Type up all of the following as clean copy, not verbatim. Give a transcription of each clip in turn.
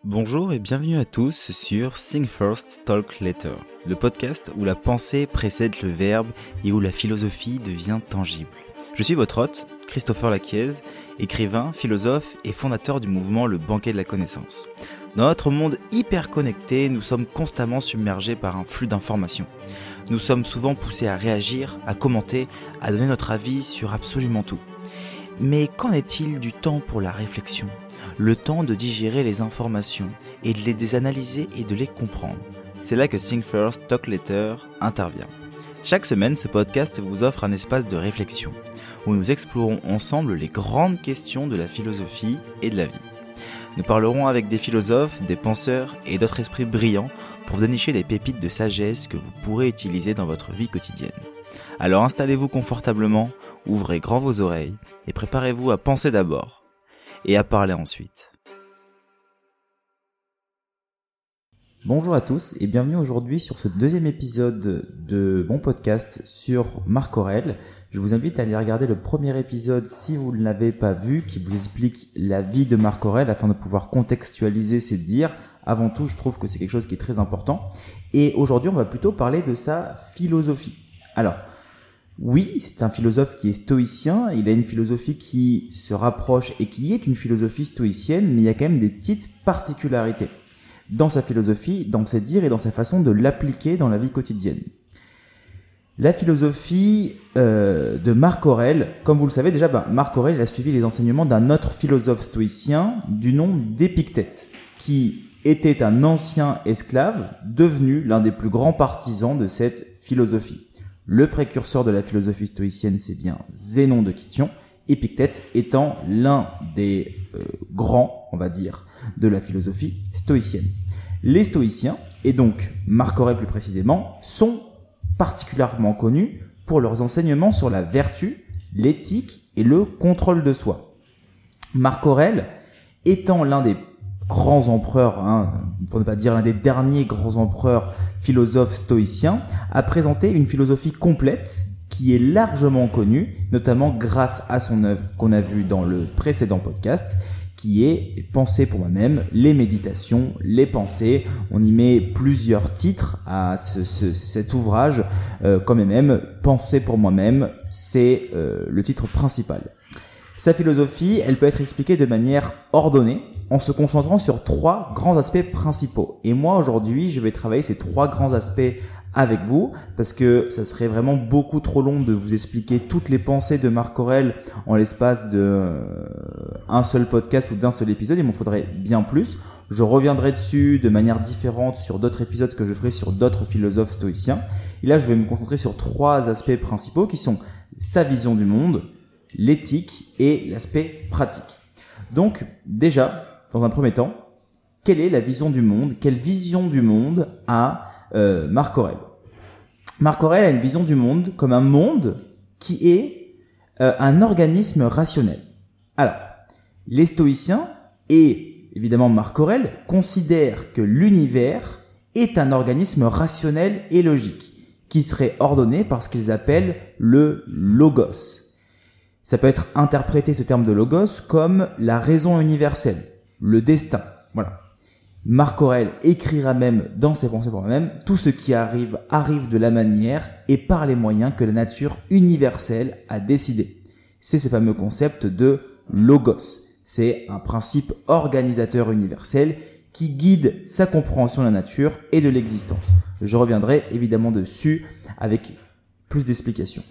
Bonjour et bienvenue à tous sur Think First, Talk Later, le podcast où la pensée précède le verbe et où la philosophie devient tangible. Je suis votre hôte, Christopher Laquiez, écrivain, philosophe et fondateur du mouvement Le Banquet de la Connaissance. Dans notre monde hyper connecté, nous sommes constamment submergés par un flux d'informations. Nous sommes souvent poussés à réagir, à commenter, à donner notre avis sur absolument tout. Mais qu'en est-il du temps pour la réflexion ? Le temps de digérer les informations et de les analyser et de les comprendre. C'est là que Think First, Talk Later intervient. Chaque semaine, ce podcast vous offre un espace de réflexion où nous explorons ensemble les grandes questions de la philosophie et de la vie. Nous parlerons avec des philosophes, des penseurs et d'autres esprits brillants pour dénicher des pépites de sagesse que vous pourrez utiliser dans votre vie quotidienne. Alors installez-vous confortablement, ouvrez grand vos oreilles et préparez-vous à penser d'abord et à parler ensuite. Bonjour à tous et bienvenue aujourd'hui sur ce deuxième épisode de mon podcast sur Marc Aurèle. Je vous invite à aller regarder le premier épisode si vous ne l'avez pas vu, qui vous explique la vie de Marc Aurèle afin de pouvoir contextualiser ses dires. Avant tout, je trouve que c'est quelque chose qui est très important. Et aujourd'hui, on va plutôt parler de sa philosophie. Alors, oui, c'est un philosophe qui est stoïcien, il a une philosophie qui se rapproche et qui est une philosophie stoïcienne, mais il y a quand même des petites particularités dans sa philosophie, dans ses dires et dans sa façon de l'appliquer dans la vie quotidienne. La philosophie de Marc Aurèle, comme vous le savez déjà, Marc Aurèle il a suivi les enseignements d'un autre philosophe stoïcien du nom d'Épictète, qui était un ancien esclave devenu l'un des plus grands partisans de cette philosophie. Le précurseur de la philosophie stoïcienne, c'est bien Zénon de Kition, Épictète étant l'un des grands, on va dire, de la philosophie stoïcienne. Les stoïciens, et donc Marc Aurèle plus précisément, sont particulièrement connus pour leurs enseignements sur la vertu, l'éthique et le contrôle de soi. Marc Aurèle étant l'un des grands empereurs, pour ne pas dire l'un des derniers grands empereurs philosophes stoïciens, a présenté une philosophie complète qui est largement connue, notamment grâce à son œuvre qu'on a vue dans le précédent podcast, qui est Pensées pour moi-même, les méditations, les pensées. On y met plusieurs titres à cet ouvrage, quand même Pensées pour moi-même, c'est le titre principal. Sa philosophie, elle peut être expliquée de manière ordonnée en se concentrant sur trois grands aspects principaux. Et moi, aujourd'hui, je vais travailler ces trois grands aspects avec vous parce que ça serait vraiment beaucoup trop long de vous expliquer toutes les pensées de Marc Aurèle en l'espace de un seul podcast ou d'un seul épisode. Il m'en faudrait bien plus. Je reviendrai dessus de manière différente sur d'autres épisodes que je ferai sur d'autres philosophes stoïciens. Et là, je vais me concentrer sur trois aspects principaux qui sont sa vision du monde, l'éthique et l'aspect pratique. Donc, déjà, dans un premier temps, quelle est la vision du monde ? Quelle vision du monde a Marc Aurèle ? Marc Aurèle a une vision du monde comme un monde qui est un organisme rationnel. Alors, les stoïciens et évidemment Marc Aurèle considèrent que l'univers est un organisme rationnel et logique qui serait ordonné par ce qu'ils appellent le logos. Ça peut être interprété, ce terme de logos, comme la raison universelle, le destin. Voilà. Marc Aurèle écrira même dans ses Pensées pour moi-même, tout ce qui arrive de la manière et par les moyens que la nature universelle a décidé. C'est ce fameux concept de logos. C'est un principe organisateur universel qui guide sa compréhension de la nature et de l'existence. Je reviendrai évidemment dessus avec plus d'explications.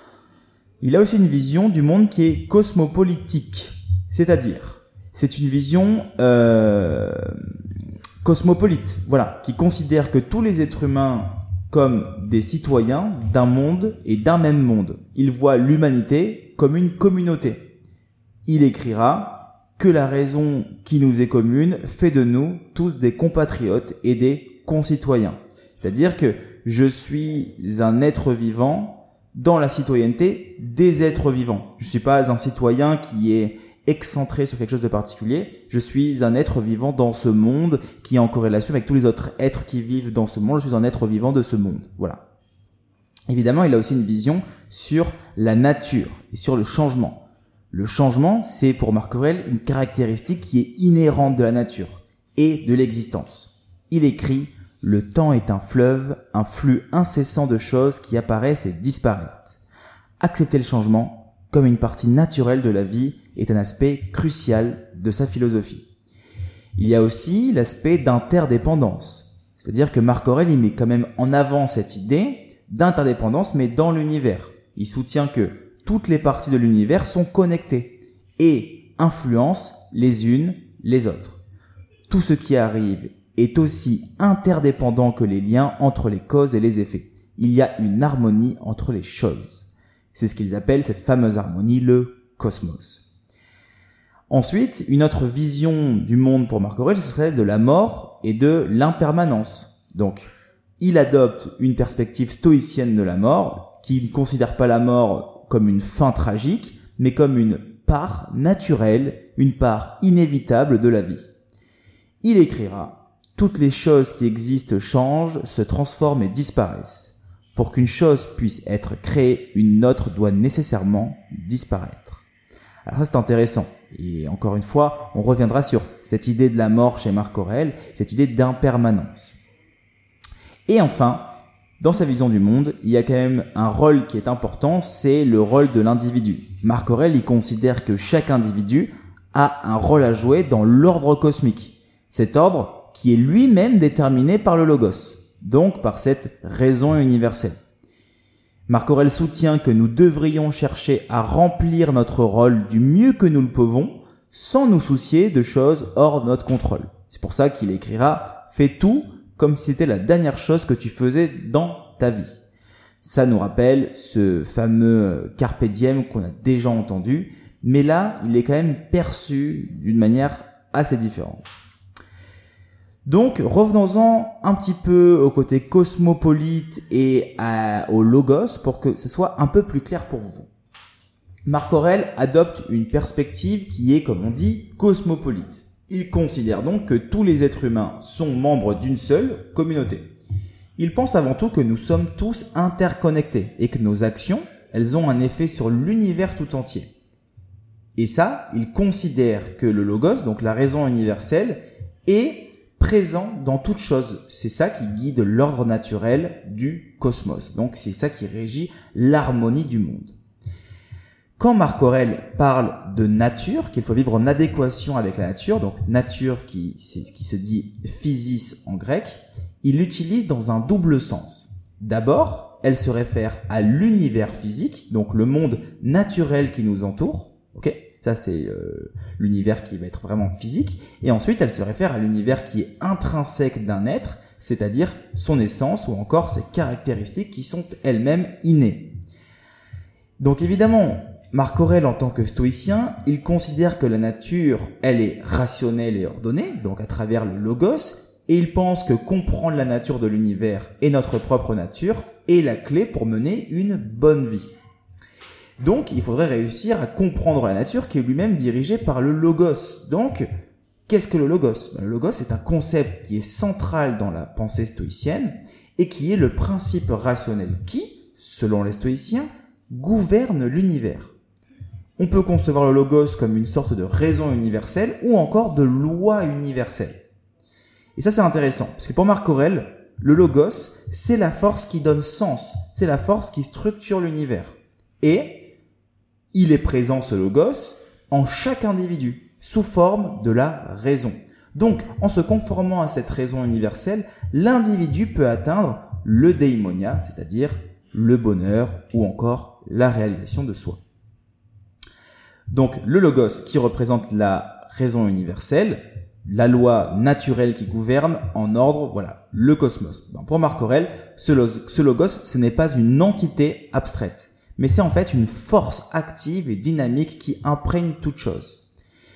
Il a aussi une vision du monde qui est cosmopolitique, c'est-à-dire c'est une vision cosmopolite, voilà, qui considère que tous les êtres humains comme des citoyens d'un monde et d'un même monde. Il voit l'humanité comme une communauté. Il écrira que la raison qui nous est commune fait de nous tous des compatriotes et des concitoyens. C'est-à-dire que je suis un être vivant dans la citoyenneté des êtres vivants. Je suis pas un citoyen qui est excentré sur quelque chose de particulier. Je suis un être vivant dans ce monde qui est en corrélation avec tous les autres êtres qui vivent dans ce monde. Je suis un être vivant de ce monde. Voilà. Évidemment, il a aussi une vision sur la nature et sur le changement. Le changement, c'est pour Marc Aurèle une caractéristique qui est inhérente de la nature. et de l'existence. Il écrit « Le temps est un fleuve, un flux incessant de choses qui apparaissent et disparaissent. Accepter le changement comme une partie naturelle de la vie est un aspect crucial de sa philosophie. » Il y a aussi l'aspect d'interdépendance. C'est-à-dire que Marc Aurèle, il met quand même en avant cette idée d'interdépendance, mais dans l'univers. Il soutient que toutes les parties de l'univers sont connectées et influencent les unes les autres. Tout ce qui arrive est aussi interdépendant que les liens entre les causes et les effets. Il y a une harmonie entre les choses. C'est ce qu'ils appellent cette fameuse harmonie, le cosmos. Ensuite, une autre vision du monde pour Marc Aurèle, ce serait de la mort et de l'impermanence. Donc, il adopte une perspective stoïcienne de la mort, qui ne considère pas la mort comme une fin tragique, mais comme une part naturelle, une part inévitable de la vie. Il écrira « Toutes les choses qui existent changent, se transforment et disparaissent. Pour qu'une chose puisse être créée, une autre doit nécessairement disparaître. » Alors ça, c'est intéressant. Et encore une fois, on reviendra sur cette idée de la mort chez Marc Aurèle, cette idée d'impermanence. Et enfin, dans sa vision du monde, il y a quand même un rôle qui est important, c'est le rôle de l'individu. Marc Aurèle, il considère que chaque individu a un rôle à jouer dans l'ordre cosmique. Cet ordre qui est lui-même déterminé par le logos, donc par cette raison universelle. Marc Aurèle soutient que nous devrions chercher à remplir notre rôle du mieux que nous le pouvons, sans nous soucier de choses hors notre contrôle. C'est pour ça qu'il écrira « Fais tout comme si c'était la dernière chose que tu faisais dans ta vie ». Ça nous rappelle ce fameux carpe diem qu'on a déjà entendu, mais là, il est quand même perçu d'une manière assez différente. Donc, revenons-en un petit peu au côté cosmopolite et au logos pour que ce soit un peu plus clair pour vous. Marc Aurèle adopte une perspective qui est, comme on dit, cosmopolite. Il considère donc que tous les êtres humains sont membres d'une seule communauté. Il pense avant tout que nous sommes tous interconnectés et que nos actions, elles ont un effet sur l'univers tout entier. Et ça, il considère que le logos, donc la raison universelle, est présent dans toute chose. C'est ça qui guide l'ordre naturel du cosmos. Donc c'est ça qui régit l'harmonie du monde. Quand Marc Aurèle parle de nature, qu'il faut vivre en adéquation avec la nature, donc nature qui se dit physis en grec, il l'utilise dans un double sens. D'abord, elle se réfère à l'univers physique, donc le monde naturel qui nous entoure. Ok ? Ça, c'est l'univers qui va être vraiment physique. Et ensuite, elle se réfère à l'univers qui est intrinsèque d'un être, c'est-à-dire son essence ou encore ses caractéristiques qui sont elles-mêmes innées. Donc évidemment, Marc Aurèle, en tant que stoïcien, il considère que la nature, elle est rationnelle et ordonnée, donc à travers le logos, et il pense que comprendre la nature de l'univers et notre propre nature est la clé pour mener une bonne vie. Donc, il faudrait réussir à comprendre la nature qui est lui-même dirigée par le logos. Donc, qu'est-ce que le logos ? Le logos est un concept qui est central dans la pensée stoïcienne et qui est le principe rationnel qui, selon les stoïciens, gouverne l'univers. On peut concevoir le logos comme une sorte de raison universelle ou encore de loi universelle. Et ça, c'est intéressant, parce que pour Marc Aurèle, le logos, c'est la force qui donne sens, c'est la force qui structure l'univers. Et il est présent, ce logos, en chaque individu, sous forme de la raison. Donc, en se conformant à cette raison universelle, l'individu peut atteindre le daimonia, c'est-à-dire le bonheur ou encore la réalisation de soi. Donc, le logos qui représente la raison universelle, la loi naturelle qui gouverne en ordre, voilà, le cosmos. Donc, pour Marc Aurèle, ce logos, ce n'est pas une entité abstraite, mais c'est en fait une force active et dynamique qui imprègne toute chose.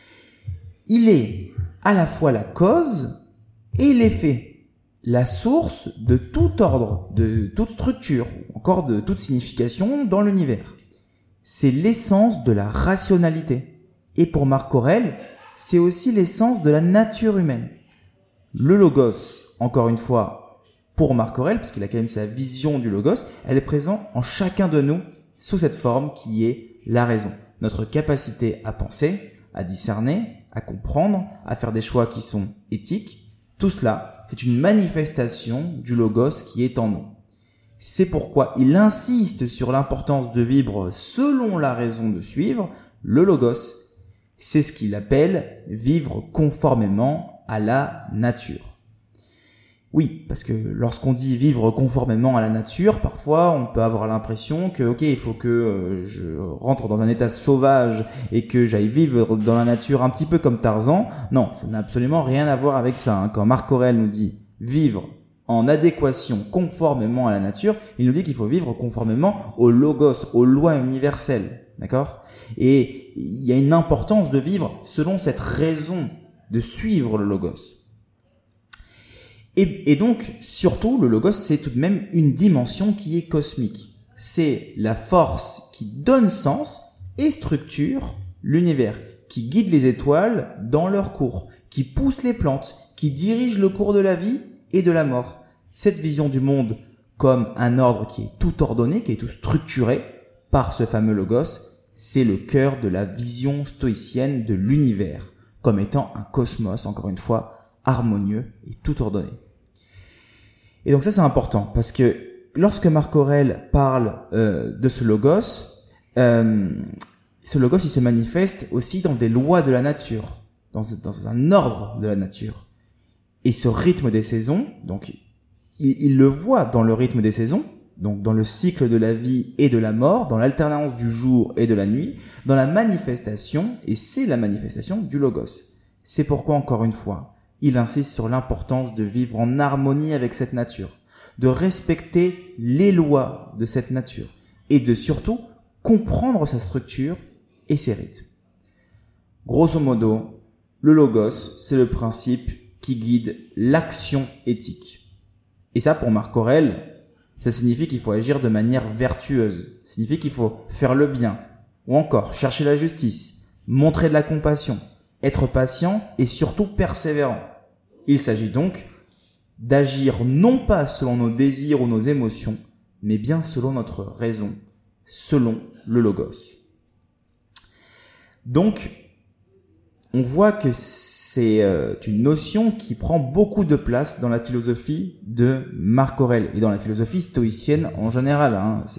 Il est à la fois la cause et l'effet, la source de tout ordre, de toute structure, ou encore de toute signification dans l'univers. C'est l'essence de la rationalité. Et pour Marc Aurèle, c'est aussi l'essence de la nature humaine. Le logos, encore une fois, pour Marc Aurèle, parce qu'il a quand même sa vision du logos, elle est présente en chacun de nous sous cette forme qui est la raison. Notre capacité à penser, à discerner, à comprendre, à faire des choix qui sont éthiques. Tout cela, c'est une manifestation du logos qui est en nous. C'est pourquoi il insiste sur l'importance de vivre selon la raison de suivre le logos. C'est ce qu'il appelle vivre conformément à la nature. Oui, parce que lorsqu'on dit vivre conformément à la nature, parfois on peut avoir l'impression que il faut que je rentre dans un état sauvage et que j'aille vivre dans la nature un petit peu comme Tarzan. Non, ça n'a absolument rien à voir avec ça. Quand Marc Aurèle nous dit vivre en adéquation conformément à la nature, il nous dit qu'il faut vivre conformément au logos, aux lois universelles. D'accord ? Et il y a une importance de vivre selon cette raison de suivre le logos. Et donc, surtout, le logos, c'est tout de même une dimension qui est cosmique. C'est la force qui donne sens et structure l'univers, qui guide les étoiles dans leur cours, qui pousse les plantes, qui dirige le cours de la vie et de la mort. Cette vision du monde comme un ordre qui est tout ordonné, qui est tout structuré par ce fameux logos, c'est le cœur de la vision stoïcienne de l'univers, comme étant un cosmos, encore une fois, harmonieux et tout ordonné. Et donc ça, c'est important, parce que lorsque Marc Aurèle parle de ce logos, il se manifeste aussi dans des lois de la nature, dans un ordre de la nature. Et ce rythme des saisons, donc il le voit dans le rythme des saisons, donc dans le cycle de la vie et de la mort, dans l'alternance du jour et de la nuit, dans la manifestation, et c'est la manifestation du logos. C'est pourquoi, encore une fois, il insiste sur l'importance de vivre en harmonie avec cette nature, de respecter les lois de cette nature, et de surtout comprendre sa structure et ses rythmes. Grosso modo, le logos, c'est le principe qui guide l'action éthique. Et ça, pour Marc Aurèle, ça signifie qu'il faut agir de manière vertueuse. Ça signifie qu'il faut faire le bien, ou encore chercher la justice, montrer de la compassion, être patient et surtout persévérant. Il s'agit donc d'agir non pas selon nos désirs ou nos émotions, mais bien selon notre raison, selon le logos. Donc, on voit que c'est une notion qui prend beaucoup de place dans la philosophie de Marc Aurèle et dans la philosophie stoïcienne en général.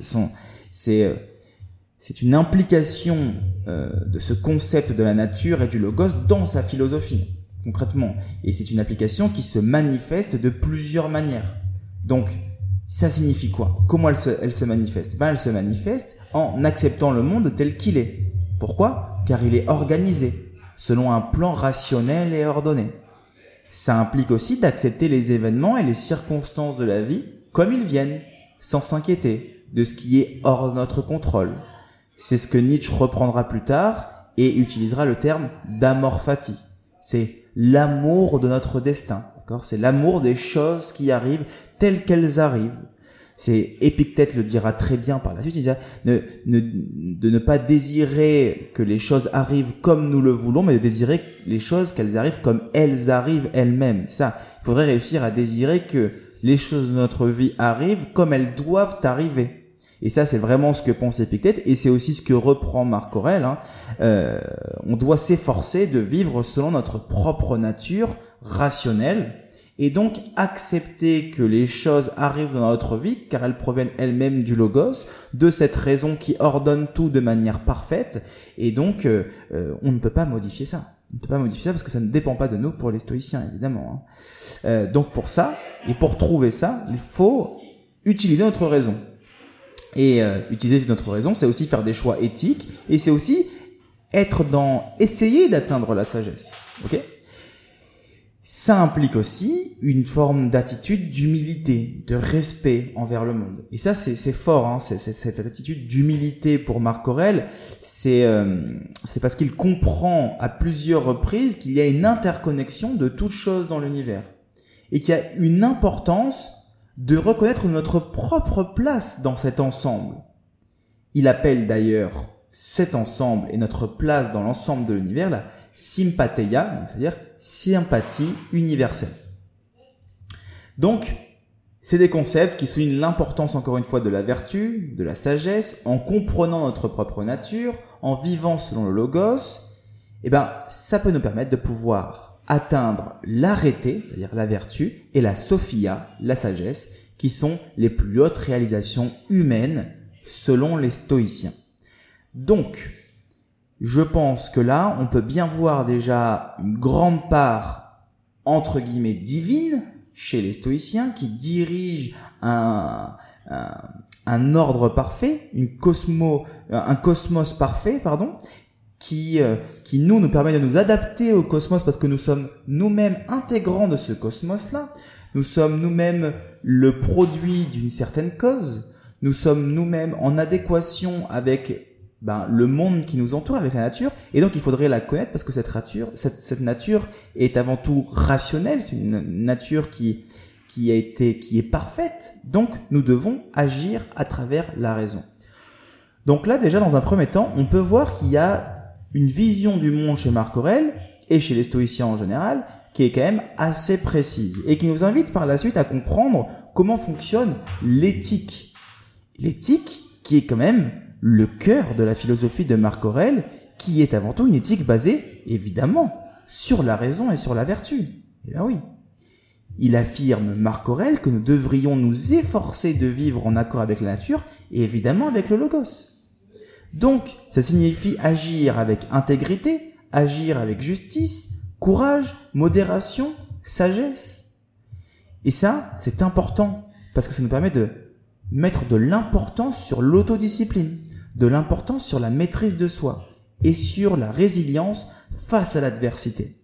C'est une implication de ce concept de la nature et du logos dans sa philosophie, concrètement. Et c'est une application qui se manifeste de plusieurs manières. Donc, ça signifie quoi ? Comment elle se manifeste ? Elle se manifeste en acceptant le monde tel qu'il est. Pourquoi ? Car il est organisé selon un plan rationnel et ordonné. Ça implique aussi d'accepter les événements et les circonstances de la vie comme ils viennent, sans s'inquiéter de ce qui est hors de notre contrôle. C'est ce que Nietzsche reprendra plus tard et utilisera le terme d'amor fati. C'est l'amour de notre destin, d'accord ? C'est l'amour des choses qui arrivent telles qu'elles arrivent. C'est Épictète le dira très bien par la suite. Il dira de ne pas désirer que les choses arrivent comme nous le voulons, mais de désirer les choses qu'elles arrivent comme elles arrivent elles-mêmes. C'est ça. Il faudrait réussir à désirer que les choses de notre vie arrivent comme elles doivent arriver. Et ça, c'est vraiment ce que pense Épictète, et c'est aussi ce que reprend Marc Aurèle. On doit s'efforcer de vivre selon notre propre nature rationnelle, et donc accepter que les choses arrivent dans notre vie car elles proviennent elles-mêmes du logos, de cette raison qui ordonne tout de manière parfaite, et donc on ne peut pas modifier ça. On ne peut pas modifier ça parce que ça ne dépend pas de nous pour les stoïciens, évidemment. Donc pour ça, et pour trouver ça, il faut utiliser notre raison. Et utiliser notre raison, c'est aussi faire des choix éthiques, et c'est aussi essayer d'atteindre la sagesse. Ok ? Ça implique aussi une forme d'attitude d'humilité, de respect envers le monde. Et ça, c'est fort, cette attitude d'humilité pour Marc Aurèle, c'est parce qu'il comprend à plusieurs reprises qu'il y a une interconnexion de toutes choses dans l'univers. Et qu'il y a une importance de reconnaître notre propre place dans cet ensemble. Il appelle d'ailleurs cet ensemble et notre place dans l'ensemble de l'univers la sympatheia, donc c'est-à-dire sympathie universelle. Donc, c'est des concepts qui soulignent l'importance, encore une fois, de la vertu, de la sagesse, en comprenant notre propre nature, en vivant selon le logos, ça peut nous permettre de pouvoir atteindre l'arité, c'est-à-dire la vertu, et la sophia, la sagesse, qui sont les plus hautes réalisations humaines selon les stoïciens. Donc, je pense que là, on peut bien voir déjà une grande part, entre guillemets, divine chez les stoïciens qui dirigent un ordre parfait, un cosmos parfait, qui nous permet de nous adapter au cosmos parce que nous sommes nous-mêmes intégrants de ce cosmos-là. Nous sommes nous-mêmes le produit d'une certaine cause. Nous sommes nous-mêmes en adéquation avec le monde qui nous entoure, avec la nature. Et donc, il faudrait la connaître parce que cette nature est avant tout rationnelle. C'est une nature qui est parfaite. Donc, nous devons agir à travers la raison. Donc là, déjà, dans un premier temps, on peut voir qu'il y a une vision du monde chez Marc Aurèle et chez les stoïciens en général qui est quand même assez précise et qui nous invite par la suite à comprendre comment fonctionne l'éthique. L'éthique qui est quand même le cœur de la philosophie de Marc Aurèle, qui est avant tout une éthique basée, évidemment, sur la raison et sur la vertu. Et bien oui. Il affirme, Marc Aurèle, que nous devrions nous efforcer de vivre en accord avec la nature et évidemment avec le logos. Donc, ça signifie agir avec intégrité, agir avec justice, courage, modération, sagesse. Et ça, c'est important parce que ça nous permet de mettre de l'importance sur l'autodiscipline, de l'importance sur la maîtrise de soi et sur la résilience face à l'adversité.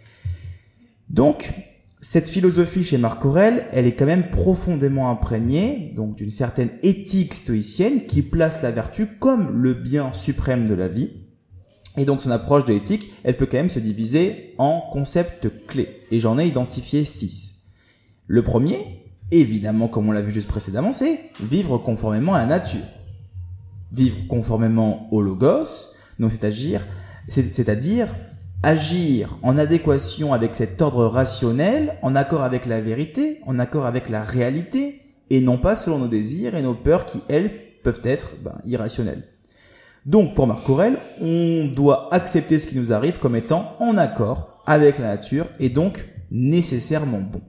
Donc, cette philosophie chez Marc Aurèle, elle est quand même profondément imprégnée donc d'une certaine éthique stoïcienne qui place la vertu comme le bien suprême de la vie. Et donc son approche de l'éthique, elle peut quand même se diviser en concepts clés. Et j'en ai identifié 6. Le premier, évidemment comme on l'a vu juste précédemment, c'est vivre conformément à la nature. Vivre conformément au logos, donc c'est-à-dire agir en adéquation avec cet ordre rationnel, en accord avec la vérité, en accord avec la réalité, et non pas selon nos désirs et nos peurs qui, elles, peuvent être irrationnelles. Donc, pour Marc Aurèle, on doit accepter ce qui nous arrive comme étant en accord avec la nature et donc nécessairement bon.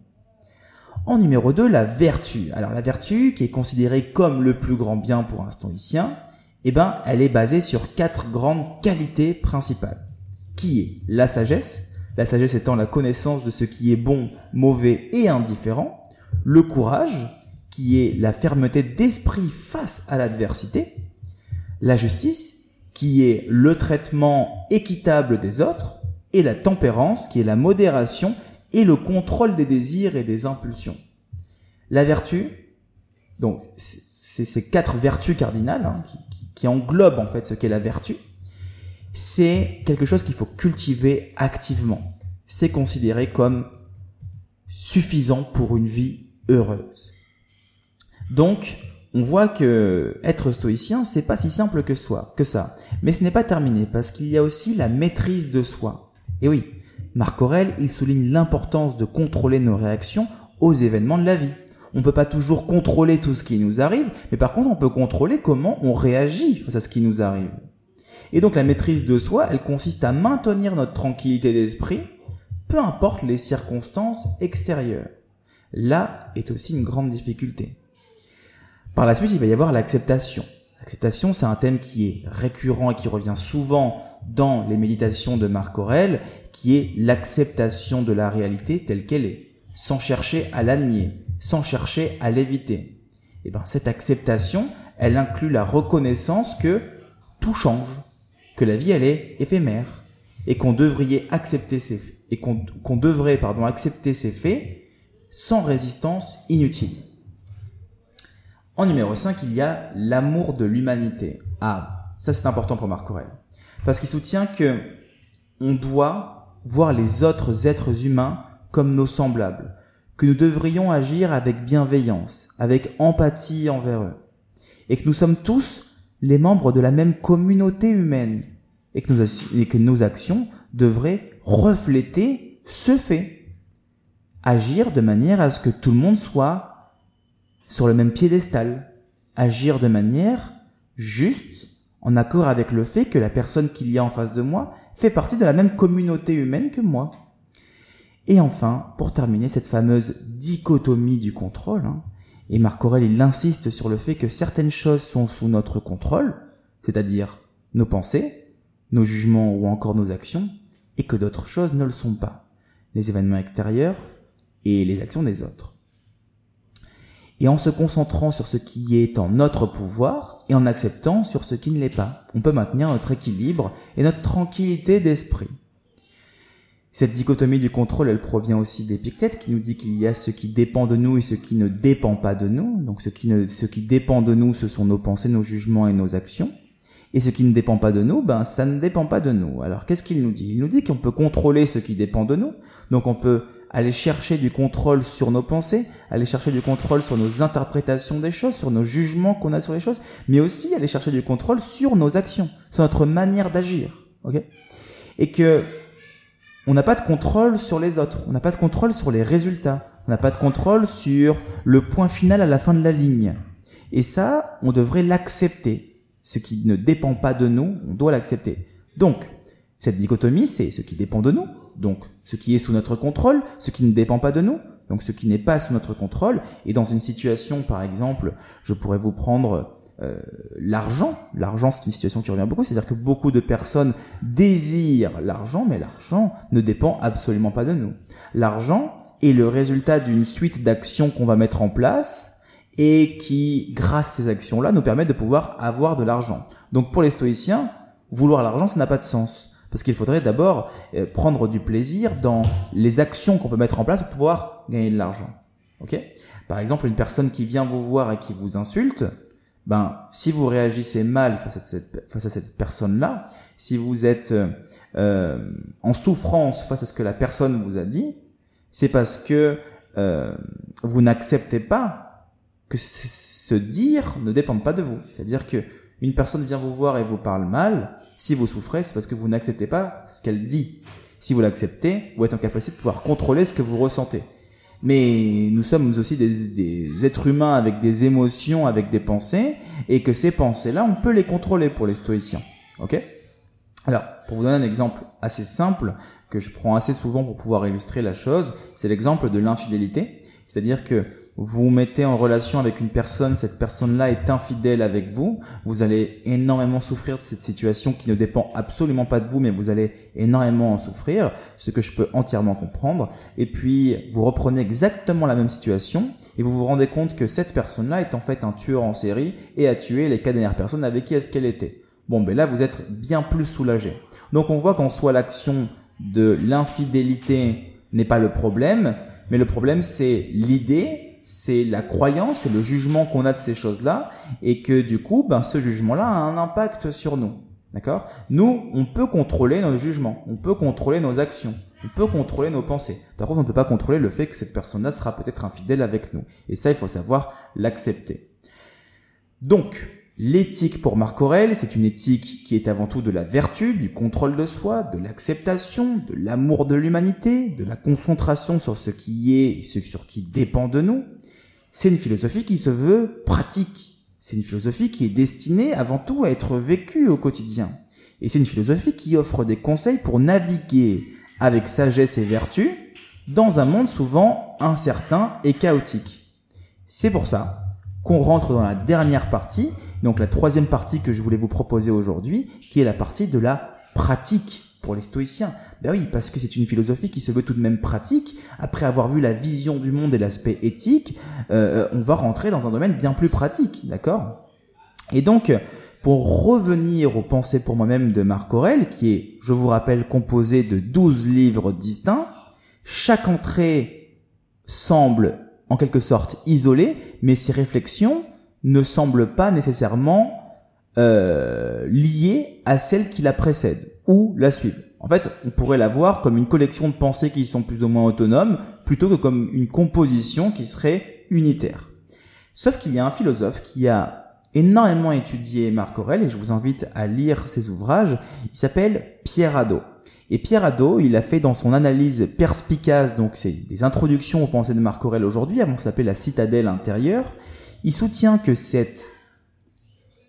En numéro 2, la vertu. Alors, la vertu, qui est considérée comme le plus grand bien pour un stoïcien, elle est basée sur 4 grandes qualités principales. Qui est la sagesse étant la connaissance de ce qui est bon, mauvais et indifférent, le courage, qui est la fermeté d'esprit face à l'adversité, la justice, qui est le traitement équitable des autres, et la tempérance, qui est la modération et le contrôle des désirs et des impulsions. La vertu, donc c'est ces 4 vertus cardinales qui englobent en fait ce qu'est la vertu. C'est quelque chose qu'il faut cultiver activement. C'est considéré comme suffisant pour une vie heureuse. Donc, on voit que être stoïcien, c'est pas si simple que ça. Mais ce n'est pas terminé parce qu'il y a aussi la maîtrise de soi. Et oui, Marc Aurèle, il souligne l'importance de contrôler nos réactions aux événements de la vie. On ne peut pas toujours contrôler tout ce qui nous arrive, mais par contre, on peut contrôler comment on réagit face à ce qui nous arrive. Et donc la maîtrise de soi, elle consiste à maintenir notre tranquillité d'esprit, peu importe les circonstances extérieures. Là est aussi une grande difficulté. Par la suite, il va y avoir l'acceptation. L'acceptation, c'est un thème qui est récurrent et qui revient souvent dans les méditations de Marc Aurèle, qui est l'acceptation de la réalité telle qu'elle est, sans chercher à la nier, sans chercher à l'éviter. Et cette acceptation, elle inclut la reconnaissance que tout change, que la vie elle est éphémère et qu'on devrait accepter ces faits sans résistance inutile. En numéro 5, il y a l'amour de l'humanité. Ah, ça c'est important pour Marc Aurèle parce qu'il soutient que on doit voir les autres êtres humains comme nos semblables, que nous devrions agir avec bienveillance, avec empathie envers eux et que nous sommes tous les membres de la même communauté humaine et que nos actions devraient refléter ce fait. Agir de manière à ce que tout le monde soit sur le même piédestal. Agir de manière juste, en accord avec le fait que la personne qu'il y a en face de moi fait partie de la même communauté humaine que moi. Et enfin, pour terminer, cette fameuse dichotomie du contrôle, et Marc Aurèle, il insiste sur le fait que certaines choses sont sous notre contrôle, c'est-à-dire nos pensées, nos jugements ou encore nos actions, et que d'autres choses ne le sont pas, les événements extérieurs et les actions des autres. Et en se concentrant sur ce qui est en notre pouvoir et en acceptant sur ce qui ne l'est pas, on peut maintenir notre équilibre et notre tranquillité d'esprit. Cette dichotomie du contrôle, elle provient aussi d'Épictète qui nous dit qu'il y a ce qui dépend de nous et ce qui ne dépend pas de nous. Donc ce qui dépend de nous, ce sont nos pensées, nos jugements et nos actions. Et ce qui ne dépend pas de nous, ça ne dépend pas de nous. Alors qu'est-ce qu'il nous dit ? Il nous dit qu'on peut contrôler ce qui dépend de nous. Donc on peut aller chercher du contrôle sur nos pensées, aller chercher du contrôle sur nos interprétations des choses, sur nos jugements qu'on a sur les choses, mais aussi aller chercher du contrôle sur nos actions, sur notre manière d'agir. Ok ? Et que on n'a pas de contrôle sur les autres, on n'a pas de contrôle sur les résultats, on n'a pas de contrôle sur le point final à la fin de la ligne. Et ça, on devrait l'accepter. Ce qui ne dépend pas de nous, on doit l'accepter. Donc, cette dichotomie, c'est ce qui dépend de nous, donc ce qui est sous notre contrôle, ce qui ne dépend pas de nous, donc ce qui n'est pas sous notre contrôle. Et dans une situation, par exemple, je pourrais vous prendre l'argent. L'argent, c'est une situation qui revient beaucoup, c'est-à-dire que beaucoup de personnes désirent l'argent, mais l'argent ne dépend absolument pas de nous. L'argent est le résultat d'une suite d'actions qu'on va mettre en place et qui, grâce à ces actions-là, nous permettent de pouvoir avoir de l'argent. Donc pour les stoïciens, vouloir l'argent, ça n'a pas de sens. Parce qu'il faudrait d'abord prendre du plaisir dans les actions qu'on peut mettre en place pour pouvoir gagner de l'argent. Ok ? Par exemple, une personne qui vient vous voir et qui vous insulte, si vous réagissez mal face à cette personne-là, si vous êtes en souffrance face à ce que la personne vous a dit, c'est parce que vous n'acceptez pas que ce dire ne dépende pas de vous. C'est-à-dire que une personne vient vous voir et vous parle mal, si vous souffrez, c'est parce que vous n'acceptez pas ce qu'elle dit. Si vous l'acceptez, vous êtes en capacité de pouvoir contrôler ce que vous ressentez. Mais nous sommes aussi des êtres humains avec des émotions, avec des pensées, et que ces pensées-là, on peut les contrôler pour les stoïciens. Ok ? Alors, pour vous donner un exemple assez simple, que je prends assez souvent pour pouvoir illustrer la chose, c'est l'exemple de l'infidélité. C'est-à-dire que vous mettez en relation avec une personne, cette personne-là est infidèle avec vous, vous allez énormément souffrir de cette situation qui ne dépend absolument pas de vous, mais vous allez énormément en souffrir, ce que je peux entièrement comprendre. Et puis, vous reprenez exactement la même situation et vous vous rendez compte que cette personne-là est en fait un tueur en série et a tué les 4 dernières personnes avec qui est-ce qu'elle était. Là, vous êtes bien plus soulagé. Donc, on voit qu'en soi, l'action de l'infidélité n'est pas le problème, mais le problème, c'est l'idée, c'est la croyance, c'est le jugement qu'on a de ces choses-là, et que du coup, ce jugement-là a un impact sur nous. D'accord ? Nous, on peut contrôler nos jugements, on peut contrôler nos actions, on peut contrôler nos pensées. Par contre, on ne peut pas contrôler le fait que cette personne-là sera peut-être infidèle avec nous. Et ça, il faut savoir l'accepter. Donc, l'éthique pour Marc Aurèle, c'est une éthique qui est avant tout de la vertu, du contrôle de soi, de l'acceptation, de l'amour de l'humanité, de la concentration sur ce qui est et ce sur qui dépend de nous. C'est une philosophie qui se veut pratique. C'est une philosophie qui est destinée avant tout à être vécue au quotidien. Et c'est une philosophie qui offre des conseils pour naviguer avec sagesse et vertu dans un monde souvent incertain et chaotique. C'est pour ça qu'on rentre dans la dernière partie, donc la 3e partie que je voulais vous proposer aujourd'hui, qui est la partie de la pratique pour les stoïciens. Oui, parce que c'est une philosophie qui se veut tout de même pratique. Après avoir vu la vision du monde et l'aspect éthique, on va rentrer dans un domaine bien plus pratique, d'accord ? Et donc, pour revenir aux pensées pour moi-même de Marc Aurèle, qui est, je vous rappelle, composé de 12 livres distincts, chaque entrée semble en quelque sorte isolée, mais ces réflexions ne semblent pas nécessairement liées à celle qui la précède ou la suivent. En fait, on pourrait la voir comme une collection de pensées qui sont plus ou moins autonomes, plutôt que comme une composition qui serait unitaire. Sauf qu'il y a un philosophe qui a énormément étudié Marc Aurèle, et je vous invite à lire ses ouvrages. Il s'appelle Pierre Hadot. Et Pierre Hadot, il a fait dans son analyse perspicace, donc c'est les introductions aux pensées de Marc Aurèle aujourd'hui, avant ça s'appelait la citadelle intérieure, il soutient que cette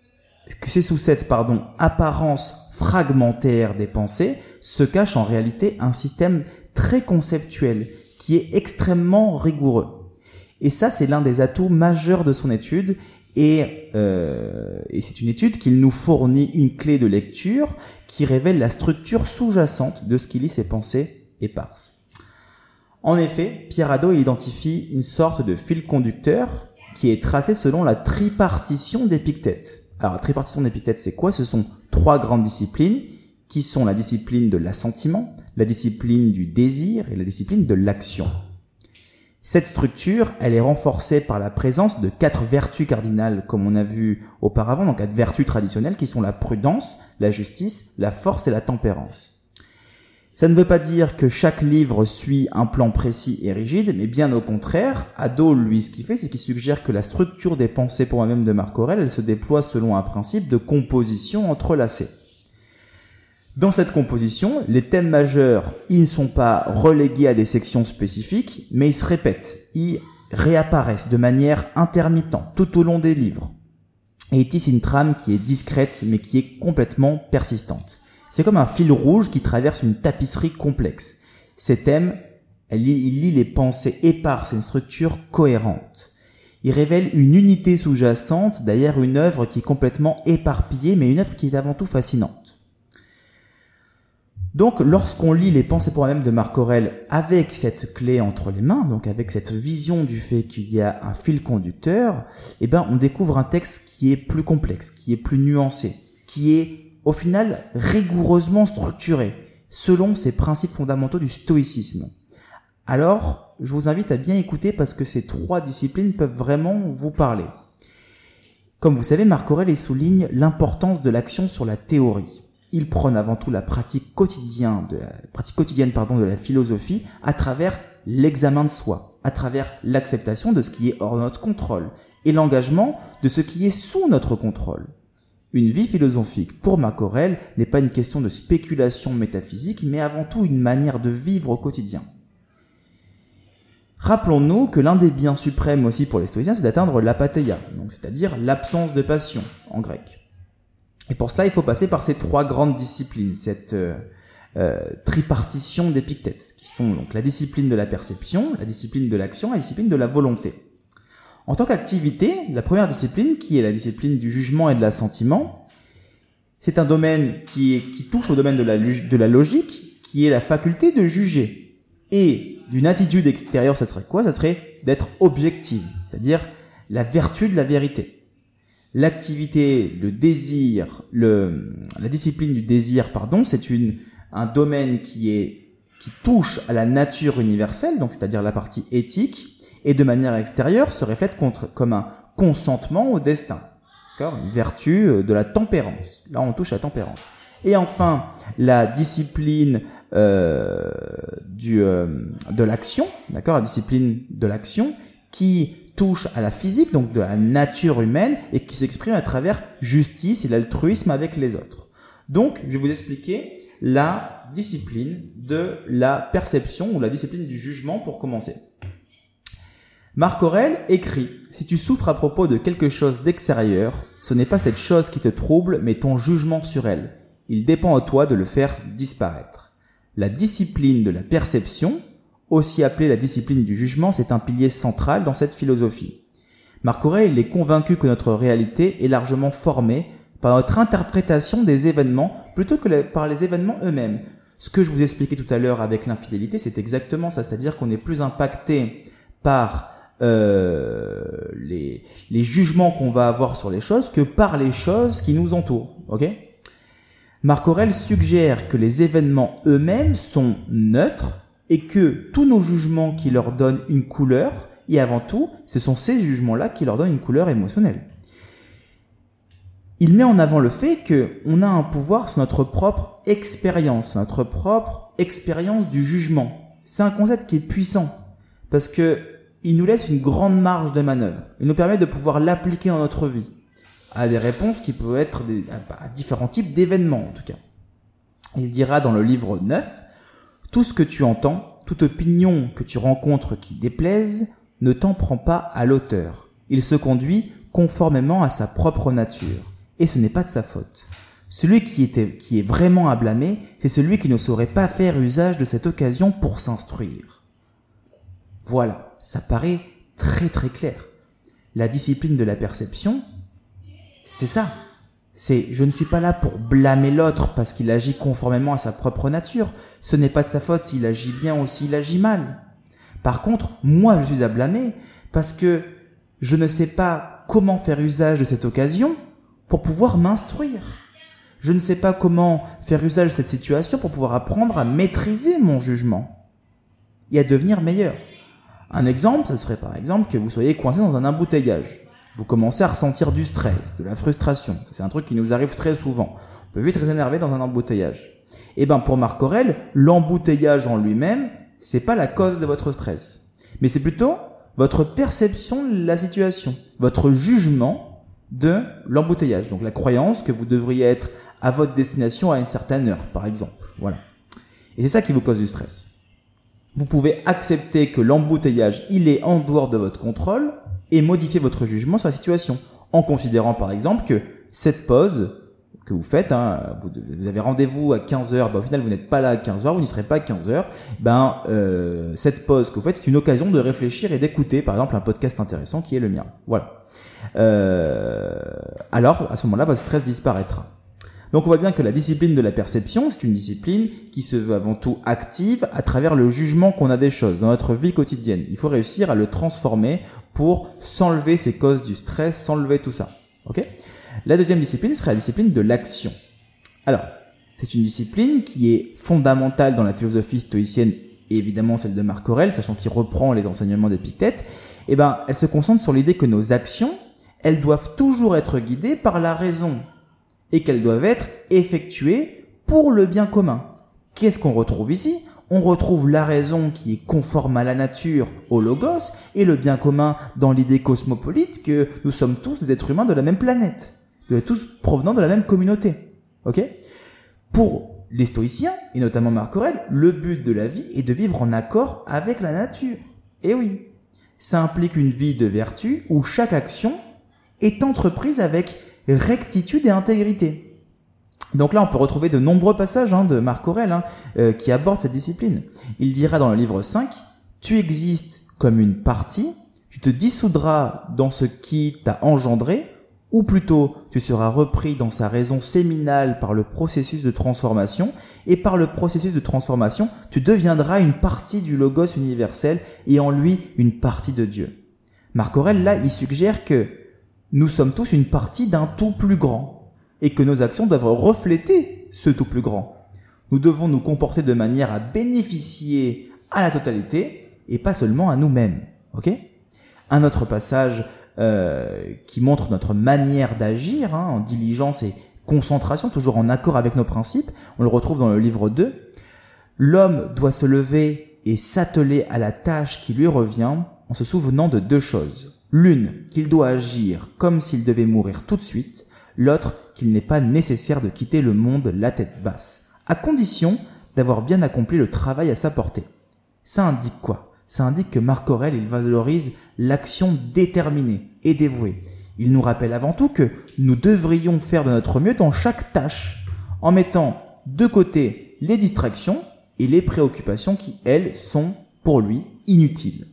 sous cette apparence fragmentaire des pensées se cache en réalité un système très conceptuel qui est extrêmement rigoureux. Et ça, c'est l'un des atouts majeurs de son étude. Et c'est une étude qui nous fournit une clé de lecture qui révèle la structure sous-jacente de ce qui lit ses pensées éparses. En effet, Pierre Hadot identifie une sorte de fil conducteur qui est tracé selon la tripartition d'Épictète. Alors, la tripartition d'Épictète, c'est quoi? Ce sont 3 grandes disciplines qui sont la discipline de l'assentiment, la discipline du désir et la discipline de l'action. Cette structure, elle est renforcée par la présence de 4 vertus cardinales, comme on a vu auparavant, donc 4 vertus traditionnelles qui sont la prudence, la justice, la force et la tempérance. Ça ne veut pas dire que chaque livre suit un plan précis et rigide, mais bien au contraire, Hadot, lui, ce qu'il fait, c'est qu'il suggère que la structure des pensées pour moi-même de Marc Aurèle, elle se déploie selon un principe de composition entrelacée. Dans cette composition, les thèmes majeurs, ils ne sont pas relégués à des sections spécifiques, mais ils se répètent, ils réapparaissent de manière intermittente tout au long des livres. Et ils tissent une trame qui est discrète, mais qui est complètement persistante. C'est comme un fil rouge qui traverse une tapisserie complexe. Ces thèmes, il lie les pensées éparses, c'est une structure cohérente. Il révèle une unité sous-jacente derrière une œuvre qui est complètement éparpillée, mais une œuvre qui est avant tout fascinante. Donc, lorsqu'on lit les pensées pour moi-même de Marc Aurèle avec cette clé entre les mains, donc avec cette vision du fait qu'il y a un fil conducteur, on découvre un texte qui est plus complexe, qui est plus nuancé, qui est au final rigoureusement structuré, selon ces principes fondamentaux du stoïcisme. Alors, je vous invite à bien écouter parce que ces 3 disciplines peuvent vraiment vous parler. Comme vous savez, Marc Aurèle souligne l'importance de l'action sur la théorie. Il prône avant tout la pratique quotidienne de la philosophie à travers l'examen de soi, à travers l'acceptation de ce qui est hors de notre contrôle et l'engagement de ce qui est sous notre contrôle. Une vie philosophique pour Marc Aurèle n'est pas une question de spéculation métaphysique, mais avant tout une manière de vivre au quotidien. Rappelons-nous que l'un des biens suprêmes aussi pour les stoïciens, c'est d'atteindre l'apatheia, donc c'est-à-dire l'absence de passion en grec. Et pour cela, il faut passer par ces 3 grandes disciplines, cette tripartition d'Épictète, qui sont donc la discipline de la perception, la discipline de l'action et la discipline de la volonté. En tant qu'activité, la première discipline, qui est la discipline du jugement et de l'assentiment, c'est un domaine qui touche au domaine de la logique, qui est la faculté de juger. Et d'une attitude extérieure, ça serait quoi? Ça serait d'être objective, c'est-à-dire la vertu de la vérité. L'activité, le désir, la discipline du désir, c'est un domaine qui touche à la nature universelle, donc c'est-à-dire la partie éthique, et de manière extérieure se reflète comme un consentement au destin. D'accord? Une vertu de la tempérance. Là, on touche à la tempérance. Et enfin, la discipline de l'action, d'accord? La discipline de l'action qui touche à la physique, donc de la nature humaine, et qui s'exprime à travers justice et l'altruisme avec les autres. Donc, je vais vous expliquer la discipline de la perception ou la discipline du jugement pour commencer. Marc Aurèle écrit « Si tu souffres à propos de quelque chose d'extérieur, ce n'est pas cette chose qui te trouble, mais ton jugement sur elle. Il dépend de toi de le faire disparaître. » La discipline de la perception, aussi appelée la discipline du jugement, c'est un pilier central dans cette philosophie. Marc Aurèle est convaincu que notre réalité est largement formée par notre interprétation des événements plutôt que par les événements eux-mêmes. Ce que je vous expliquais tout à l'heure avec l'infidélité, c'est exactement ça, c'est-à-dire qu'on est plus impacté par les jugements qu'on va avoir sur les choses que par les choses qui nous entourent. Ok ? Marc Aurèle suggère que les événements eux-mêmes sont neutres et que tous nos jugements qui leur donnent une couleur, et avant tout, ce sont ces jugements-là qui leur donnent une couleur émotionnelle. Il met en avant le fait qu'on a un pouvoir sur notre propre expérience du jugement. C'est un concept qui est puissant parce que il nous laisse une grande marge de manœuvre. Il nous permet de pouvoir l'appliquer dans notre vie à des réponses qui peuvent être à différents types d'événements en tout cas. Il dira dans le livre 9 « Tout ce que tu entends, toute opinion que tu rencontres qui déplaise, ne t'en prend pas à l'auteur. Il se conduit conformément à sa propre nature. et ce n'est pas de sa faute. Celui qui est vraiment à blâmer, c'est celui qui ne saurait pas faire usage de cette occasion pour s'instruire. Voilà, ça paraît très très clair. La discipline de la perception, c'est ça. C'est je ne suis pas là pour blâmer l'autre parce qu'il agit conformément à sa propre nature. Ce n'est pas de sa faute s'il agit bien ou s'il agit mal. Par contre, moi je suis à blâmer parce que je ne sais pas comment faire usage de cette occasion pour pouvoir m'instruire. Je ne sais pas comment faire usage de cette situation pour pouvoir apprendre à maîtriser mon jugement et à devenir meilleur. Un exemple, ce serait par exemple que vous soyez coincé dans un embouteillage. Vous commencez à ressentir du stress, de la frustration. C'est un truc qui nous arrive très souvent. On peut vite être énervé dans un embouteillage. Et pour Marc Aurèle, l'embouteillage en lui-même, c'est pas la cause de votre stress. Mais c'est plutôt votre perception de la situation, votre jugement de l'embouteillage. Donc la croyance que vous devriez être à votre destination à une certaine heure, par exemple. Voilà. Et c'est ça qui vous cause du stress. Vous pouvez accepter que l'embouteillage, il est en dehors de votre contrôle et modifier votre jugement sur la situation en considérant par exemple que cette pause que vous faites, vous avez rendez-vous à 15h, au final vous n'êtes pas là à 15h, vous n'y serez pas à 15h, cette pause que vous faites, c'est une occasion de réfléchir et d'écouter par exemple un podcast intéressant qui est le mien. Voilà. Alors à ce moment-là, votre stress disparaîtra. Donc on voit bien que la discipline de la perception, c'est une discipline qui se veut avant tout active à travers le jugement qu'on a des choses dans notre vie quotidienne. Il faut réussir à le transformer pour s'enlever ces causes du stress, s'enlever tout ça. Ok ? La deuxième discipline serait la discipline de l'action. Alors, c'est une discipline qui est fondamentale dans la philosophie stoïcienne et évidemment celle de Marc Aurèle, sachant qu'il reprend les enseignements d'Épictète. Elle se concentre sur l'idée que nos actions, elles doivent toujours être guidées par la raison et qu'elles doivent être effectuées pour le bien commun. Qu'est-ce qu'on retrouve ici ? On retrouve la raison qui est conforme à la nature, au logos, et le bien commun dans l'idée cosmopolite que nous sommes tous des êtres humains de la même planète, tous provenant de la même communauté. Ok ? Pour les stoïciens, et notamment Marc Aurèle, le but de la vie est de vivre en accord avec la nature. Et oui, ça implique une vie de vertu où chaque action est entreprise avec rectitude et intégrité. Donc là, on peut retrouver de nombreux passages de Marc Aurèle qui abordent cette discipline. Il dira dans le livre 5, « Tu existes comme une partie, tu te dissoudras dans ce qui t'a engendré, ou plutôt tu seras repris dans sa raison séminale par le processus de transformation, et par le processus de transformation, tu deviendras une partie du logos universel et en lui une partie de Dieu. » Marc Aurèle, là, il suggère que nous sommes tous une partie d'un tout plus grand et que nos actions doivent refléter ce tout plus grand. Nous devons nous comporter de manière à bénéficier à la totalité et pas seulement à nous-mêmes. Ok ? Un autre passage qui montre notre manière d'agir en diligence et concentration, toujours en accord avec nos principes, on le retrouve dans le livre 2. L'homme doit se lever et s'atteler à la tâche qui lui revient en se souvenant de deux choses. L'une, qu'il doit agir comme s'il devait mourir tout de suite. L'autre, qu'il n'est pas nécessaire de quitter le monde la tête basse, à condition d'avoir bien accompli le travail à sa portée. Ça indique quoi ? Ça indique que Marc Aurèle, il valorise l'action déterminée et dévouée. Il nous rappelle avant tout que nous devrions faire de notre mieux dans chaque tâche, en mettant de côté les distractions et les préoccupations qui, elles, sont pour lui inutiles.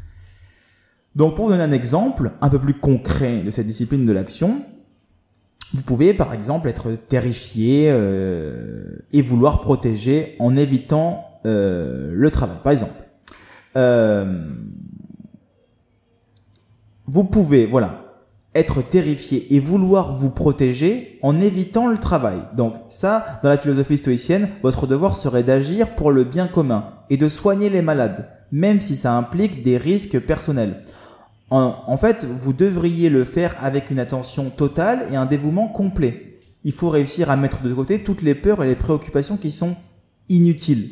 Donc pour vous donner un exemple un peu plus concret de cette discipline de l'action, vous pouvez par exemple être terrifié et vouloir protéger en évitant le travail. Par exemple, vous pouvez être terrifié et vouloir vous protéger en évitant le travail. Donc ça, dans la philosophie stoïcienne, votre devoir serait d'agir pour le bien commun et de soigner les malades, même si ça implique des risques personnels. En fait, vous devriez le faire avec une attention totale et un dévouement complet. Il faut réussir à mettre de côté toutes les peurs et les préoccupations qui sont inutiles.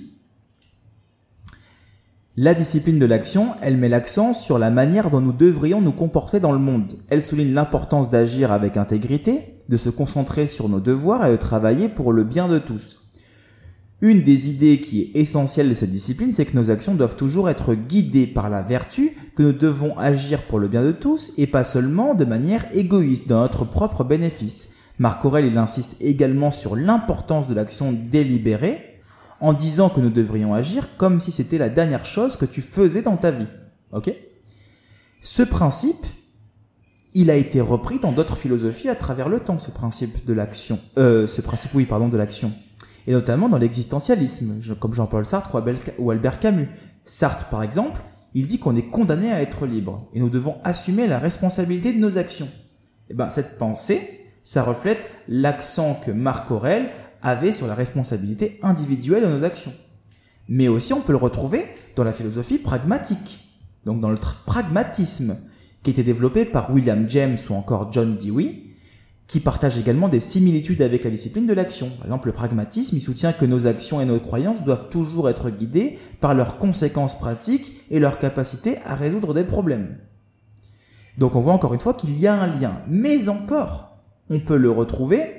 La discipline de l'action, elle met l'accent sur la manière dont nous devrions nous comporter dans le monde. Elle souligne l'importance d'agir avec intégrité, de se concentrer sur nos devoirs et de travailler pour le bien de tous. Une des idées qui est essentielle de cette discipline, c'est que nos actions doivent toujours être guidées par la vertu, que nous devons agir pour le bien de tous et pas seulement de manière égoïste, dans notre propre bénéfice. Marc Aurèle, il insiste également sur l'importance de l'action délibérée en disant que nous devrions agir comme si c'était la dernière chose que tu faisais dans ta vie. Ok ? Ce principe, il a été repris dans d'autres philosophies à travers le temps, ce principe de l'action. De l'action. Et notamment dans l'existentialisme, comme Jean-Paul Sartre ou Albert Camus. Sartre, par exemple, il dit qu'on est condamné à être libre et nous devons assumer la responsabilité de nos actions. Et cette pensée, ça reflète l'accent que Marc Aurèle avait sur la responsabilité individuelle de nos actions. Mais aussi, on peut le retrouver dans la philosophie pragmatique, donc dans le pragmatisme, qui a été développé par William James ou encore John Dewey, qui partage également des similitudes avec la discipline de l'action. Par exemple, le pragmatisme, il soutient que nos actions et nos croyances doivent toujours être guidées par leurs conséquences pratiques et leur capacité à résoudre des problèmes. Donc on voit encore une fois qu'il y a un lien. Mais encore, on peut le retrouver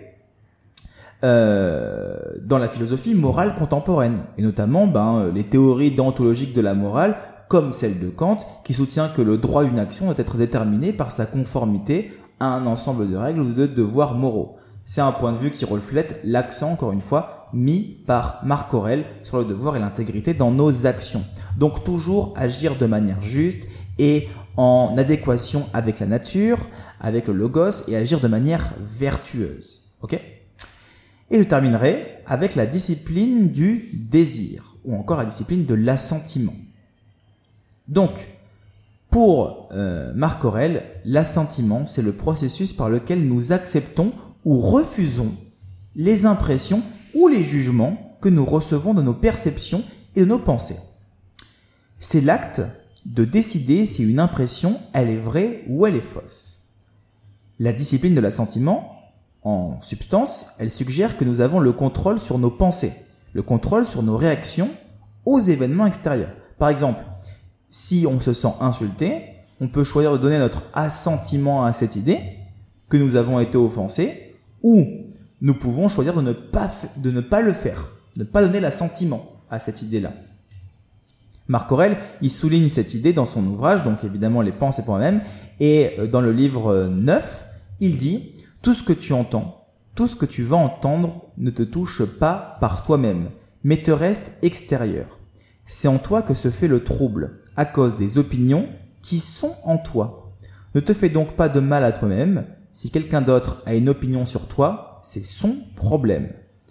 dans la philosophie morale contemporaine, et notamment les théories déontologiques de la morale, comme celle de Kant, qui soutient que le droit d'une action doit être déterminé par sa conformité à un ensemble de règles ou de devoirs moraux. C'est un point de vue qui reflète l'accent, encore une fois, mis par Marc Aurèle sur le devoir et l'intégrité dans nos actions. Donc toujours agir de manière juste et en adéquation avec la nature, avec le logos, et agir de manière vertueuse. Ok ? Et je terminerai avec la discipline du désir, ou encore la discipline de l'assentiment. Donc, pour Marc Aurèle, l'assentiment, c'est le processus par lequel nous acceptons ou refusons les impressions ou les jugements que nous recevons de nos perceptions et de nos pensées. C'est l'acte de décider si une impression, elle est vraie ou elle est fausse. La discipline de l'assentiment, en substance, elle suggère que nous avons le contrôle sur nos pensées, le contrôle sur nos réactions aux événements extérieurs. Par exemple, si on se sent insulté, on peut choisir de donner notre assentiment à cette idée que nous avons été offensés, ou nous pouvons choisir de ne pas le faire, de ne pas donner l'assentiment à cette idée-là. Marc Aurèle, il souligne cette idée dans son ouvrage, donc évidemment les pensées pour moi-même, et dans le livre 9, il dit « Tout ce que tu entends, tout ce que tu vas entendre ne te touche pas par toi-même, mais te reste extérieur. C'est en toi que se fait le trouble, à cause des opinions qui sont en toi. Ne te fais donc pas de mal à toi-même. Si quelqu'un d'autre a une opinion sur toi, c'est son problème. »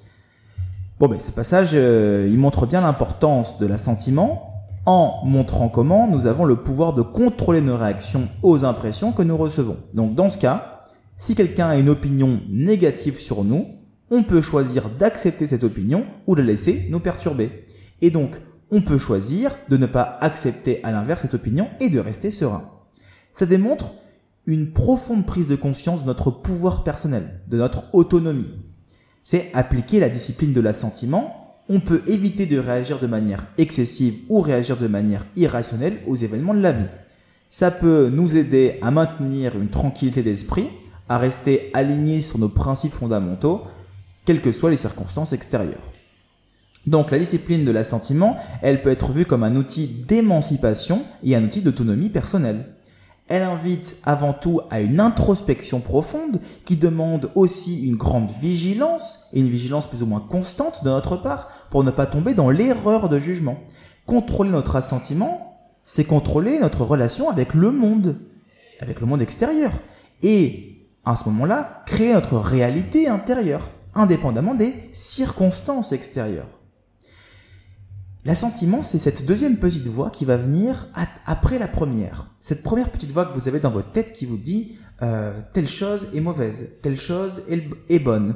Ce passage, il montre bien l'importance de l'assentiment en montrant comment nous avons le pouvoir de contrôler nos réactions aux impressions que nous recevons. Donc dans ce cas, si quelqu'un a une opinion négative sur nous, on peut choisir d'accepter cette opinion ou de la laisser nous perturber. Et donc, on peut choisir de ne pas accepter à l'inverse cette opinion et de rester serein. Ça démontre une profonde prise de conscience de notre pouvoir personnel, de notre autonomie. C'est appliquer la discipline de l'assentiment. On peut éviter de réagir de manière excessive ou réagir de manière irrationnelle aux événements de la vie. Ça peut nous aider à maintenir une tranquillité d'esprit, à rester alignés sur nos principes fondamentaux, quelles que soient les circonstances extérieures. Donc la discipline de l'assentiment, elle peut être vue comme un outil d'émancipation et un outil d'autonomie personnelle. Elle invite avant tout à une introspection profonde qui demande aussi une grande vigilance, et une vigilance plus ou moins constante de notre part pour ne pas tomber dans l'erreur de jugement. Contrôler notre assentiment, c'est contrôler notre relation avec le monde extérieur. Et à ce moment-là, créer notre réalité intérieure, indépendamment des circonstances extérieures. L'assentiment, c'est cette deuxième petite voix qui va venir après la première. Cette première petite voix que vous avez dans votre tête qui vous dit telle chose est mauvaise, telle chose est bonne,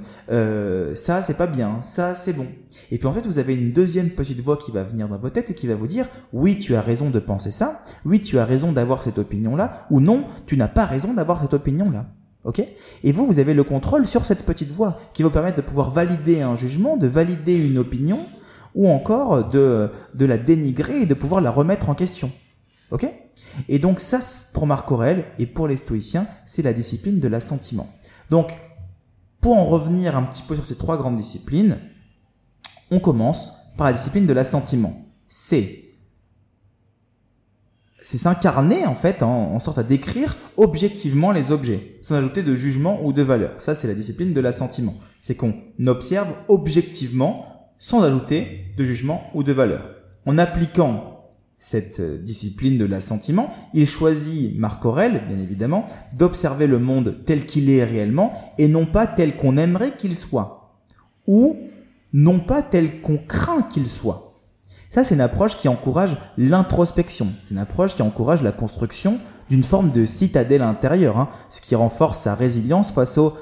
ça c'est pas bien, ça c'est bon. Et puis en fait, vous avez une deuxième petite voix qui va venir dans votre tête et qui va vous dire oui, tu as raison de penser ça, oui, tu as raison d'avoir cette opinion-là, ou non, tu n'as pas raison d'avoir cette opinion-là. Ok ? Et vous avez le contrôle sur cette petite voix qui va vous permettre de pouvoir valider un jugement, de valider une opinion, ou encore de la dénigrer et de pouvoir la remettre en question. Ok ? Et donc ça, pour Marc Aurèle et pour les stoïciens, c'est la discipline de l'assentiment. Donc, pour en revenir un petit peu sur ces trois grandes disciplines, on commence par la discipline de l'assentiment. C'est c'est s'incarner en fait en sorte à décrire objectivement les objets, sans ajouter de jugement ou de valeur. Ça, c'est la discipline de l'assentiment. C'est qu'on observe objectivement sans ajouter de jugement ou de valeur. En appliquant cette discipline de l'assentiment, il choisit, Marc Aurèle, bien évidemment, d'observer le monde tel qu'il est réellement et non pas tel qu'on aimerait qu'il soit, ou non pas tel qu'on craint qu'il soit. Ça, c'est une approche qui encourage l'introspection, une approche qui encourage la construction d'une forme de citadelle intérieure, ce qui renforce sa résilience face aux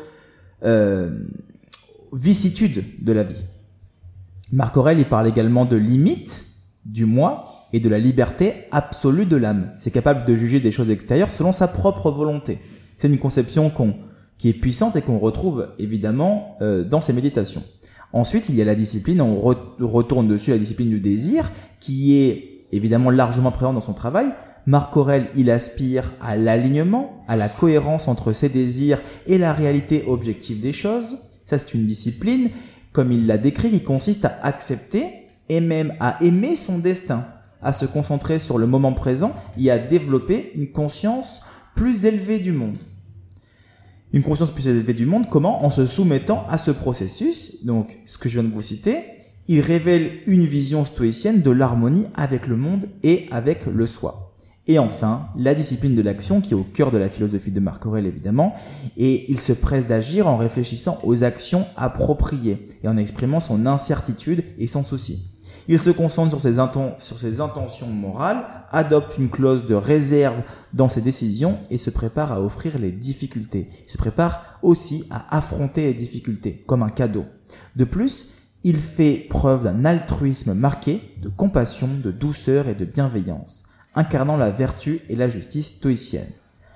vicissitudes de la vie. Marc Aurèle, il parle également de limite du moi et de la liberté absolue de l'âme. C'est capable de juger des choses extérieures selon sa propre volonté. C'est une conception qui est puissante et qu'on retrouve évidemment dans ses méditations. Ensuite, il y a la discipline, on retourne dessus, la discipline du désir, qui est évidemment largement présente dans son travail. Marc Aurèle, il aspire à l'alignement, à la cohérence entre ses désirs et la réalité objective des choses. Ça, c'est une discipline, comme il l'a décrit, qui consiste à accepter et même à aimer son destin, à se concentrer sur le moment présent et à développer une conscience plus élevée du monde. Une conscience plus élevée du monde, comment ? En se soumettant à ce processus. Donc, ce que je viens de vous citer, il révèle une vision stoïcienne de l'harmonie avec le monde et avec le soi. Et enfin, la discipline de l'action qui est au cœur de la philosophie de Marc Aurèle, évidemment, et il se presse d'agir en réfléchissant aux actions appropriées et en exprimant son incertitude et son souci. Il se concentre sur ses intentions morales, adopte une clause de réserve dans ses décisions et se prépare à offrir les difficultés. Il se prépare aussi à affronter les difficultés comme un cadeau. De plus, il fait preuve d'un altruisme marqué, de compassion, de douceur et de bienveillance, incarnant la vertu et la justice stoïcienne.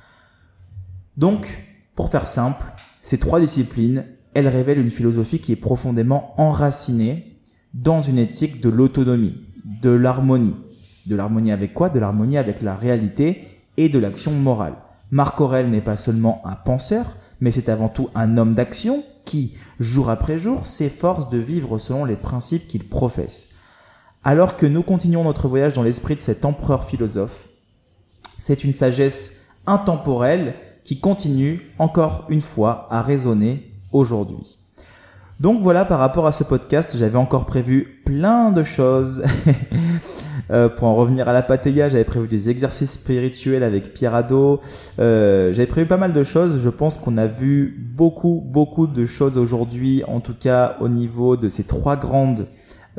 Donc, pour faire simple, ces trois disciplines, elles révèlent une philosophie qui est profondément enracinée dans une éthique de l'autonomie, de l'harmonie. De l'harmonie avec quoi ? De l'harmonie avec la réalité et de l'action morale. Marc Aurèle n'est pas seulement un penseur, mais c'est avant tout un homme d'action qui, jour après jour, s'efforce de vivre selon les principes qu'il professe. Alors que nous continuons notre voyage dans l'esprit de cet empereur philosophe, c'est une sagesse intemporelle qui continue encore une fois à résonner aujourd'hui. Donc voilà, par rapport à ce podcast, j'avais encore prévu plein de choses. Pour en revenir à la Pattaya, j'avais prévu des exercices spirituels avec Pierre Hadot. J'avais prévu pas mal de choses. Je pense qu'on a vu beaucoup de choses aujourd'hui, en tout cas au niveau de ces trois grandes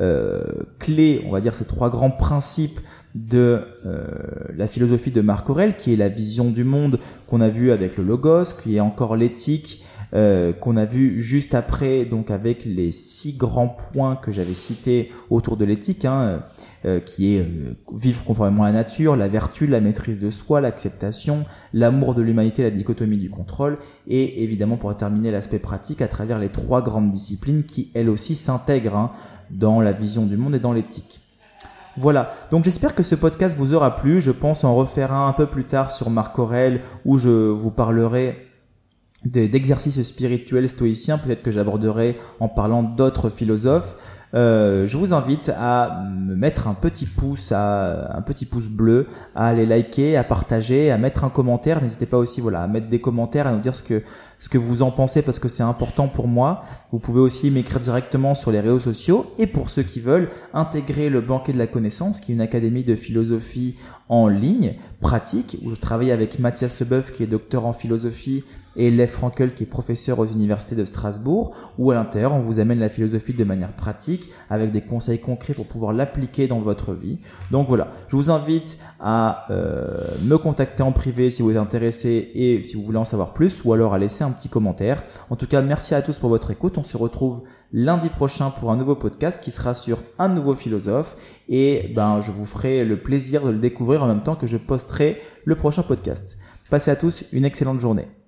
clés, on va dire ces trois grands principes de la philosophie de Marc Aurèle, qui est la vision du monde qu'on a vu avec le logos, qui est encore l'éthique, qu'on a vu juste après, donc avec les 6 grands points que j'avais cités autour de l'éthique, qui est vivre conformément à la nature, la vertu, la maîtrise de soi, l'acceptation, l'amour de l'humanité, la dichotomie du contrôle, et évidemment pour terminer l'aspect pratique à travers les 3 grandes disciplines qui elles aussi s'intègrent dans la vision du monde et dans l'éthique. Voilà, donc j'espère que ce podcast vous aura plu. Je pense en refaire un peu plus tard sur Marc Aurèle où je vous parlerai d'exercices spirituels stoïciens, peut-être que j'aborderai en parlant d'autres philosophes. Je vous invite à me mettre un petit pouce bleu, à aller liker, à partager, à mettre un commentaire. N'hésitez pas aussi à mettre des commentaires, à nous dire ce que vous en pensez parce que c'est important pour moi. Vous pouvez aussi m'écrire directement sur les réseaux sociaux et pour ceux qui veulent intégrer le Banquet de la Connaissance, qui est une académie de philosophie en ligne, pratique, où je travaille avec Mathias Leboeuf qui est docteur en philosophie et Lev Frankel qui est professeur aux universités de Strasbourg, où à l'intérieur on vous amène la philosophie de manière pratique avec des conseils concrets pour pouvoir l'appliquer dans votre vie. Donc voilà, je vous invite à me contacter en privé si vous êtes intéressé et si vous voulez en savoir plus, ou alors à laisser un petit commentaire. En tout cas, merci à tous pour votre écoute. On se retrouve lundi prochain pour un nouveau podcast qui sera sur un nouveau philosophe et je vous ferai le plaisir de le découvrir en même temps que je posterai le prochain podcast. Passez à tous une excellente journée.